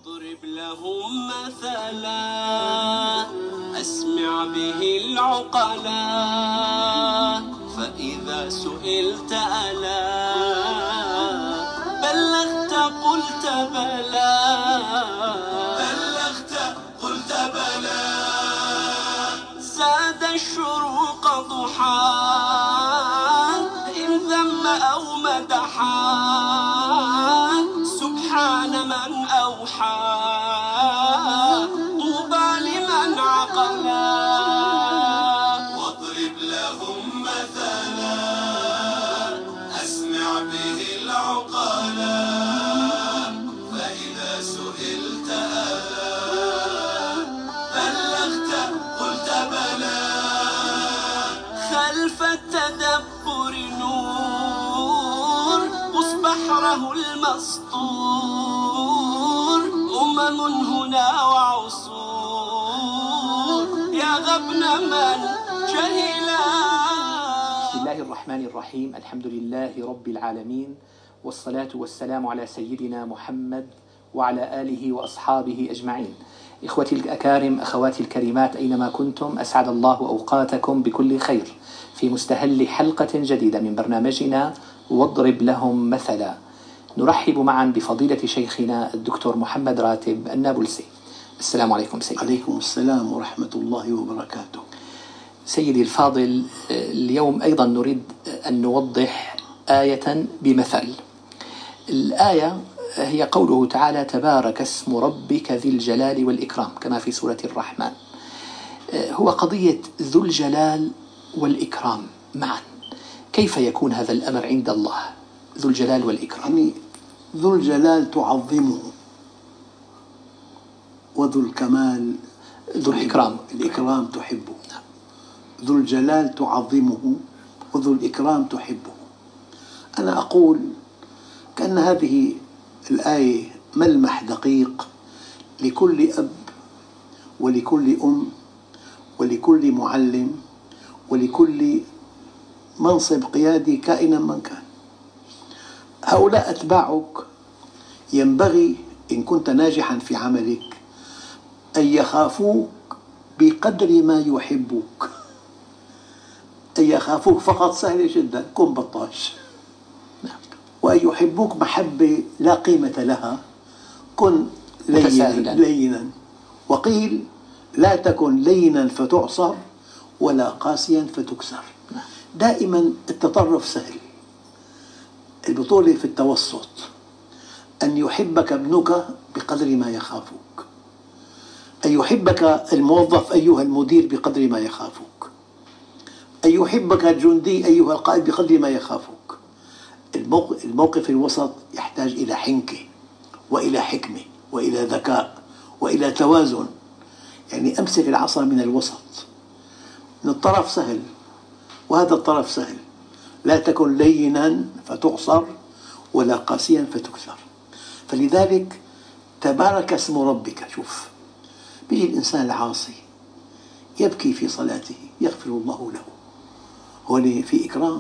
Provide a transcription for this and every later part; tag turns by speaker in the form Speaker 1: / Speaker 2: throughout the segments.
Speaker 1: واضرب لهم مثلا أسمع به العقلا فإذا سئلت ألا بلغت قلت بلى زاد الشروق ضحى إن ذم أو مدحا سبحان من أوحى طوبى لمن عقلا
Speaker 2: واضرب لهم مثلا أسمع به العقلا فإذا سئلت بلغت قلت بلى
Speaker 1: خلف التدبر نور قص بحره المسطور هنا وعصور يا غبن من جهلا.
Speaker 3: بسم الله الرحمن الرحيم. الحمد لله رب العالمين، والصلاة والسلام على سيدنا محمد وعلى آله وأصحابه أجمعين. إخوتي الأكارم، أخواتي الكريمات، أينما كنتم أسعد الله أوقاتكم بكل خير في مستهل حلقة جديدة من برنامجنا واضرب لهم مثلا. نرحب معا بفضيلة شيخنا الدكتور محمد راتب النابلسي. السلام عليكم سيدي.
Speaker 4: عليكم السلام ورحمة الله وبركاته.
Speaker 3: سيدي الفاضل، اليوم أيضا نريد أن نوضح آية بمثل. الآية هي قوله تعالى: تبارك اسم ربك ذي الجلال والإكرام، كما في سورة الرحمن. هو قضية ذو الجلال والإكرام معا. كيف يكون هذا الأمر عند الله ذو الجلال والإكرام؟
Speaker 4: يعني ذو الجلال تعظمه، وذو الكمال
Speaker 3: ذو
Speaker 4: الإكرام تحبه. ذو الجلال تعظمه وذو الإكرام تحبه. أنا أقول كأن هذه الآية ملمح دقيق لكل أب ولكل أم ولكل معلم ولكل منصب قيادي كائنا من كان. هؤلاء أتباعك ينبغي إن كنت ناجحا في عملك أن يخافوك بقدر ما يحبوك. أن يخافوك فقط سهل جدا، كن بطاش. وأن يحبوك محبة لا قيمة لها، كن لينا. وقيل لا تكن لينا فتعصر ولا قاسيا فتكسر. دائما التطرف سهل، البطولة في التوسط. أن يحبك ابنك بقدر ما يخافك، أن يحبك الموظف أيها المدير بقدر ما يخافك، أن يحبك الجندي أيها القائد بقدر ما يخافك. الموقف الوسط يحتاج إلى حنكة وإلى حكمة وإلى ذكاء وإلى توازن. يعني أمسك العصا من الوسط، من الطرف سهل وهذا الطرف سهل. لا تكن لينا فتعصر ولا قاسيا فتكسر. فلذلك تبارك اسم ربك. شوف، بيجي الإنسان العاصي يبكي في صلاته يغفر الله له، هون في إكرام.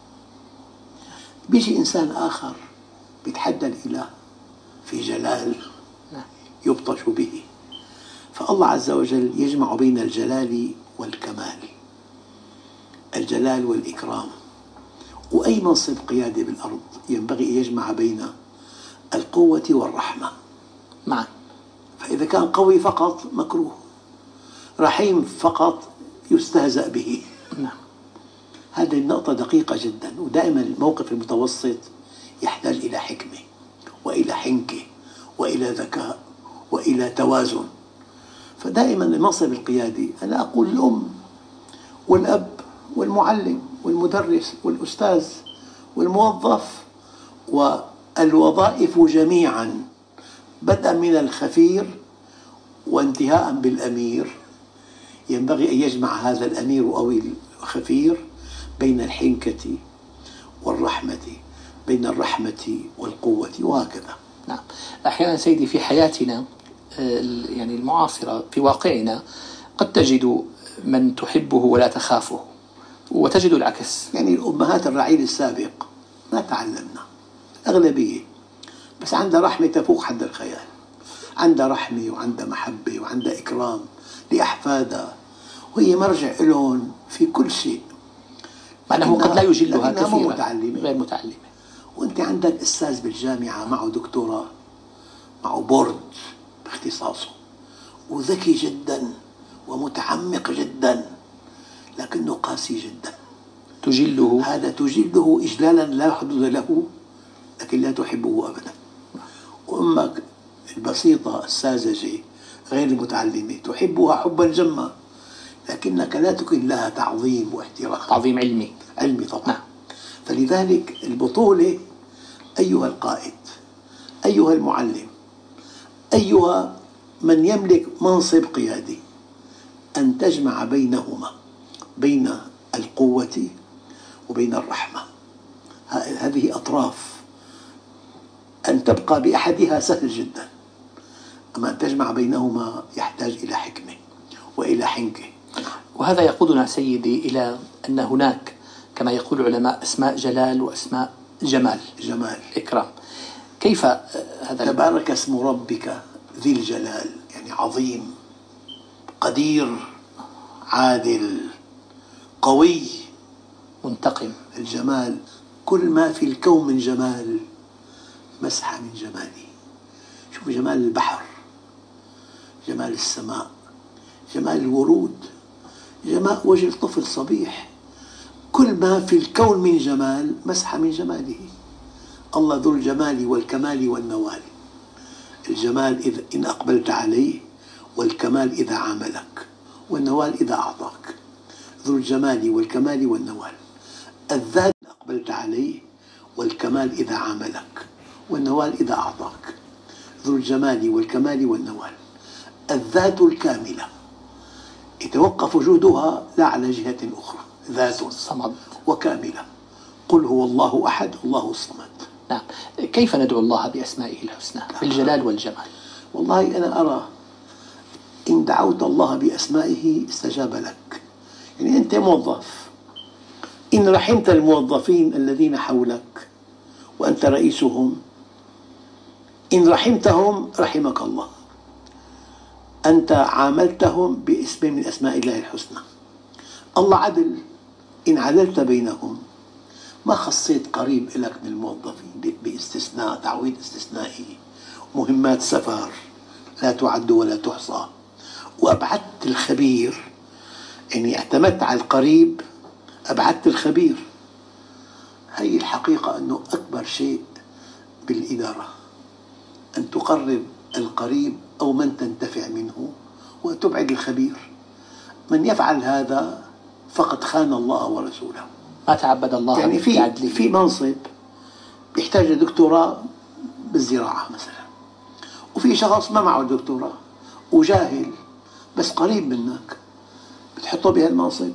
Speaker 4: بيجي إنسان آخر بيتحدى الإله في جلال يبطش به. فالله عز وجل يجمع بين الجلال والكمال، الجلال والإكرام. وأي منصب قيادي بالأرض ينبغي أن يجمع بين القوة والرحمة
Speaker 3: معا.
Speaker 4: فإذا كان قوي فقط مكروه، رحيم فقط يستهزأ به. هذه النقطة دقيقة جدا. ودائما الموقف المتوسط يحتاج إلى حكمة وإلى حنكة وإلى ذكاء وإلى توازن. فدائما المنصب القيادي، أنا أقول الأم والأب والمعلم والمدرس والأستاذ والموظف والوظائف جميعا، بدءا من الخفير وانتهاء بالأمير، ينبغي أن يجمع هذا الأمير أو الخفير بين الحنكة والرحمة، بين الرحمة والقوة، وهكذا.
Speaker 3: نعم. أحيانا سيدي في حياتنا يعني المعاصرة، في واقعنا، قد تجد من تحبه ولا تخافه، وتجد العكس.
Speaker 4: يعني الأمهات الرعيل السابق ما تعلمنا أغلبية، بس عندها رحمة تفوق حد الخيال، عندها رحمة وعندها محبة وعندها إكرام لأحفادها، وهي مرجع لهم في كل شيء،
Speaker 3: مع أنه قد لا يجلها
Speaker 4: لكنها مو
Speaker 3: كثيرا،
Speaker 4: متعلمة.
Speaker 3: غير متعلمة.
Speaker 4: وأنت عندك أستاذ بالجامعة معه دكتوراه، معه بورد باختصاصه، وذكي جدا ومتعمق جدا، لكنه قاسي جدا.
Speaker 3: تجله.
Speaker 4: هذا تجله إجلالا لا حدود له، لكن لا تحبه أبدا. وأمك البسيطة الساذجة غير المتعلمة تحبها حبا جما، لكنك لا تكن لها تعظيم واحترام.
Speaker 3: تعظيم علمي.
Speaker 4: علمي طبعا.
Speaker 3: نعم.
Speaker 4: فلذلك البطولة أيها القائد، أيها المعلم، أيها من يملك منصب قيادي، أن تجمع بينهما، بين القوة وبين الرحمة. هذه أطراف، أن تبقى بأحدها سهل جدا، أما أن تجمع بينهما يحتاج إلى حكمة وإلى حنكة.
Speaker 3: وهذا يقودنا سيدي إلى أن هناك كما يقول العلماء أسماء جلال وأسماء جمال. إكرام. كيف هذا؟
Speaker 4: تبارك اسم ربك ذي الجلال، يعني عظيم، قدير، عادل، قوي،
Speaker 3: منتقم.
Speaker 4: الجمال، كل ما في الكون من جمال مسحة من جماله. شوف جمال البحر، جمال السماء، جمال الورود، جمال وجه الطفل صبيح، كل ما في الكون من جمال مسحة من جماله. الله ذو الجمال والكمال والنوال. الجمال إذا إن أقبلت عليه، والكمال إذا عاملك، والنوال إذا أعطاك. ذو الجمال والكمال والنوال. الذات أقبلت عليه، والكمال إذا عاملك، والنوال إذا أعطاك. ذو الجمال والكمال والنوال. الذات الكاملة يتوقف وجودها لا على جهة أخرى، ذات
Speaker 3: صمد
Speaker 4: وكاملة. قل هو الله أحد الله الصمد.
Speaker 3: نعم. كيف ندعو الله بأسمائه الحسنى بالجلال والجمال؟
Speaker 4: والله أنا أرى إن دعوت الله بأسمائه استجاب لك. يعني أنت موظف، إن رحمت الموظفين الذين حولك وأنت رئيسهم، إن رحمتهم رحمك الله. أنت عاملتهم باسم من أسماء الله الحسنى. الله عدل، إن عدلت بينهم ما خصيت قريب لك من الموظفين باستثناء تعويض استثنائي، مهمات سفر لا تعد ولا تحصى، وأبعدت الخبير، يعني اعتمدت على القريب أبعدت الخبير. هي الحقيقة أنه أكبر شيء بالإدارة أن تقرب القريب أو من تنتفع منه وتبعد الخبير. من يفعل هذا فقد خان الله ورسوله.
Speaker 3: ما تعبد الله
Speaker 4: يعني في منصب يحتاج دكتوراه بالزراعة مثلا، وفي شخص ما معه دكتوراه وجاهل بس قريب منك، بتحطه بهالمنصب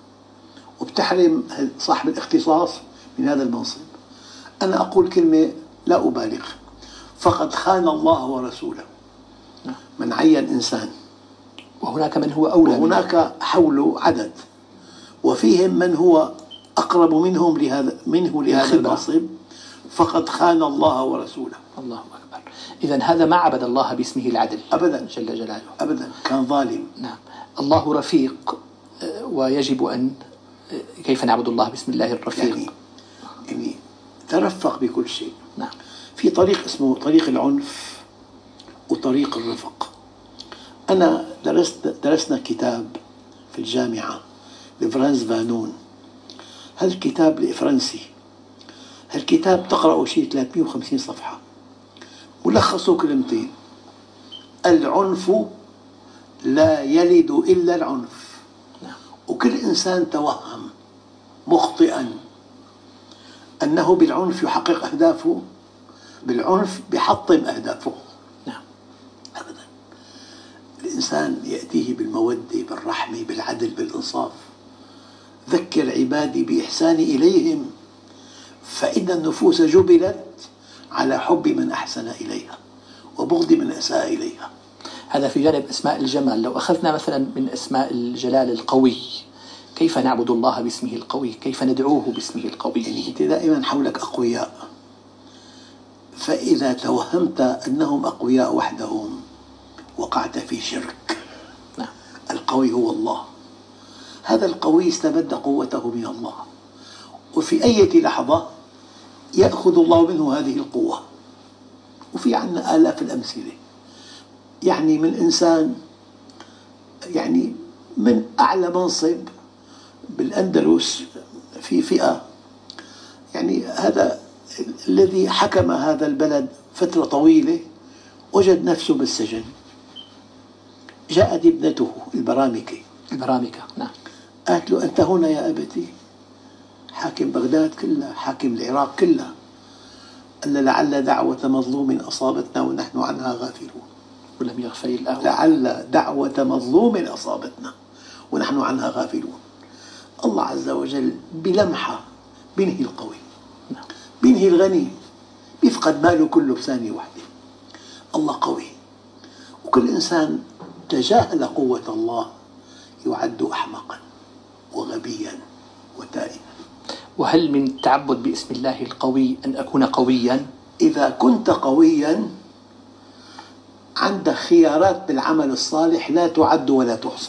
Speaker 4: وبتحرم صاحب الاختصاص من هذا المنصب. أنا أقول كلمة لا أبالغ، فقد خان الله ورسوله. من عين إنسان
Speaker 3: وهناك من هو أولى
Speaker 4: وهناك حوله عدد، وفيهم من هو أقرب منهم لهذا المنصب، فقد خان الله ورسوله.
Speaker 3: الله أكبر. إذن هذا ما عبد الله باسمه العدل
Speaker 4: أبدا
Speaker 3: جل جلاله،
Speaker 4: أبدا، كان ظالم.
Speaker 3: نعم. الله رفيق، ويجب أن كيف نعبد الله باسم الله الرفيق؟
Speaker 4: يعني ترفق بكل شيء.
Speaker 3: نعم.
Speaker 4: في طريق اسمه طريق العنف وطريق الرفق. أنا درسنا كتاب في الجامعة لفرانس فانون. هالكتاب الفرنسي، هالكتاب تقرأه شيء 350 صفحة، ملخصه كلمتين: العنف لا يلد إلا العنف. وكل إنسان توهم مخطئا أنه بالعنف يحقق أهدافه، بالعنف بيحطم أهدافه.
Speaker 3: نعم.
Speaker 4: أبدا. الإنسان يأتيه بالمودة، بالرحمة، بالعدل، بالإنصاف. ذكر عبادي بإحساني إليهم فإن النفوس جبلت على حب من أحسن إليها وبغض من أساء إليها.
Speaker 3: هذا في جانب أسماء الجمال. لو أخذنا مثلا من أسماء الجلال القوي، كيف نعبد الله باسمه القوي؟ كيف ندعوه باسمه القوي؟
Speaker 4: يعني أنت دائما حولك أقوياء، فإذا توهمت أنهم أقوياء وحدهم وقعت في شرك.
Speaker 3: نعم.
Speaker 4: القوي هو الله. هذا القوي استمد قوته من الله، وفي أي لحظة يأخذ الله منه هذه القوة. وفي عندنا آلاف الأمثلة، يعني من إنسان يعني من أعلى منصب بالأندلس في فئة، يعني هذا الذي حكم هذا البلد فترة طويلة وجد نفسه بالسجن. جاءت ابنته البرامكة،
Speaker 3: نعم.
Speaker 4: قالت له: أنت هنا يا أبتي؟ حاكم بغداد كلها، حاكم العراق كلها. قال: لعل دعوة مظلوم أصابتنا ونحن عنها غافلون.
Speaker 3: ولم يغفر الله.
Speaker 4: لعل دعوة مظلوم أصابتنا ونحن عنها غافلون. الله عز وجل بلمحة بينهي القوي، بينهي الغني، بيفقد ماله كله بثانية واحدة. الله قوي، وكل إنسان تجاهل قوة الله يعد أحمقا وغبيا وتائها.
Speaker 3: وهل من التعبد باسم الله القوي أن أكون قويا؟
Speaker 4: إذا كنت قويا عندك خيارات بالعمل الصالح لا تعد ولا تحصى.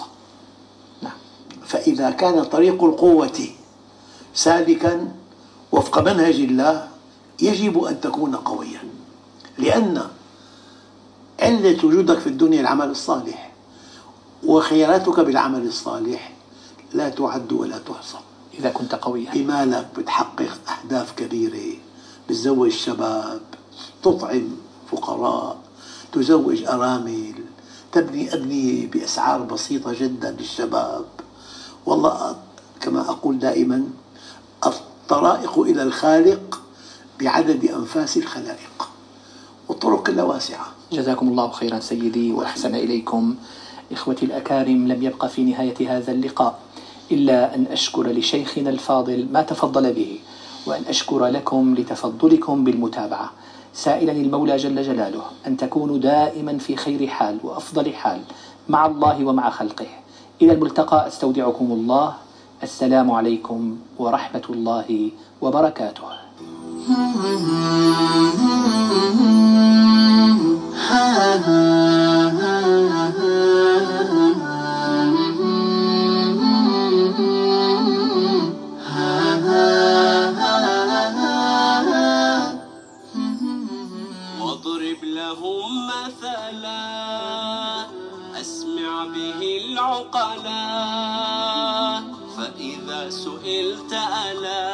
Speaker 4: فإذا كان طريق القوة سالكا وفق منهج الله يجب أن تكون قويا، لأن علة وجودك في الدنيا العمل الصالح، وخياراتك بالعمل الصالح لا تعد ولا تحصى.
Speaker 3: إذا كنت قويا
Speaker 4: بمالك بتحقق أهداف كبيرة، بتزوج شباب، تطعم فقراء، تزوج أرامل، تبني أبنية بأسعار بسيطة جدا للشباب. والله كما أقول دائما: الطرائق إلى الخالق بعدد أنفاس الخلائق، والطرق كلها واسعة.
Speaker 3: جزاكم الله خيرا سيدي وأحسن إليكم. إخوتي الأكارم، لم يبقى في نهاية هذا اللقاء إلا أن أشكر لشيخنا الفاضل ما تفضل به، وأن أشكر لكم لتفضلكم بالمتابعة، سائلا المولى جل جلاله أن تكونوا دائما في خير حال وأفضل حال مع الله ومع خلقه. إلى الملتقى، أستودعكم الله. السلام عليكم ورحمة الله وبركاته.
Speaker 1: واضرب لهم مثلا أسمع به العقلا، فإذا سئلت ألا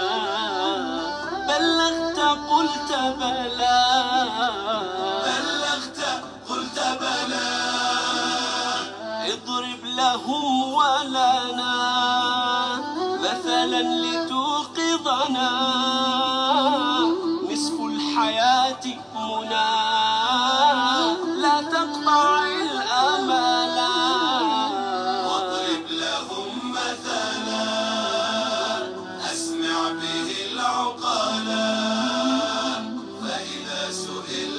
Speaker 1: بلغت قلت بلى.
Speaker 2: بلغت قلت بلى.
Speaker 1: اضرب لهم ولنا مثلا لتوقظنا، نصف الحياة منى لا تقطع الأملا.
Speaker 2: واضرب لهم مثلا أسمع به العقلا، فإذا سئلت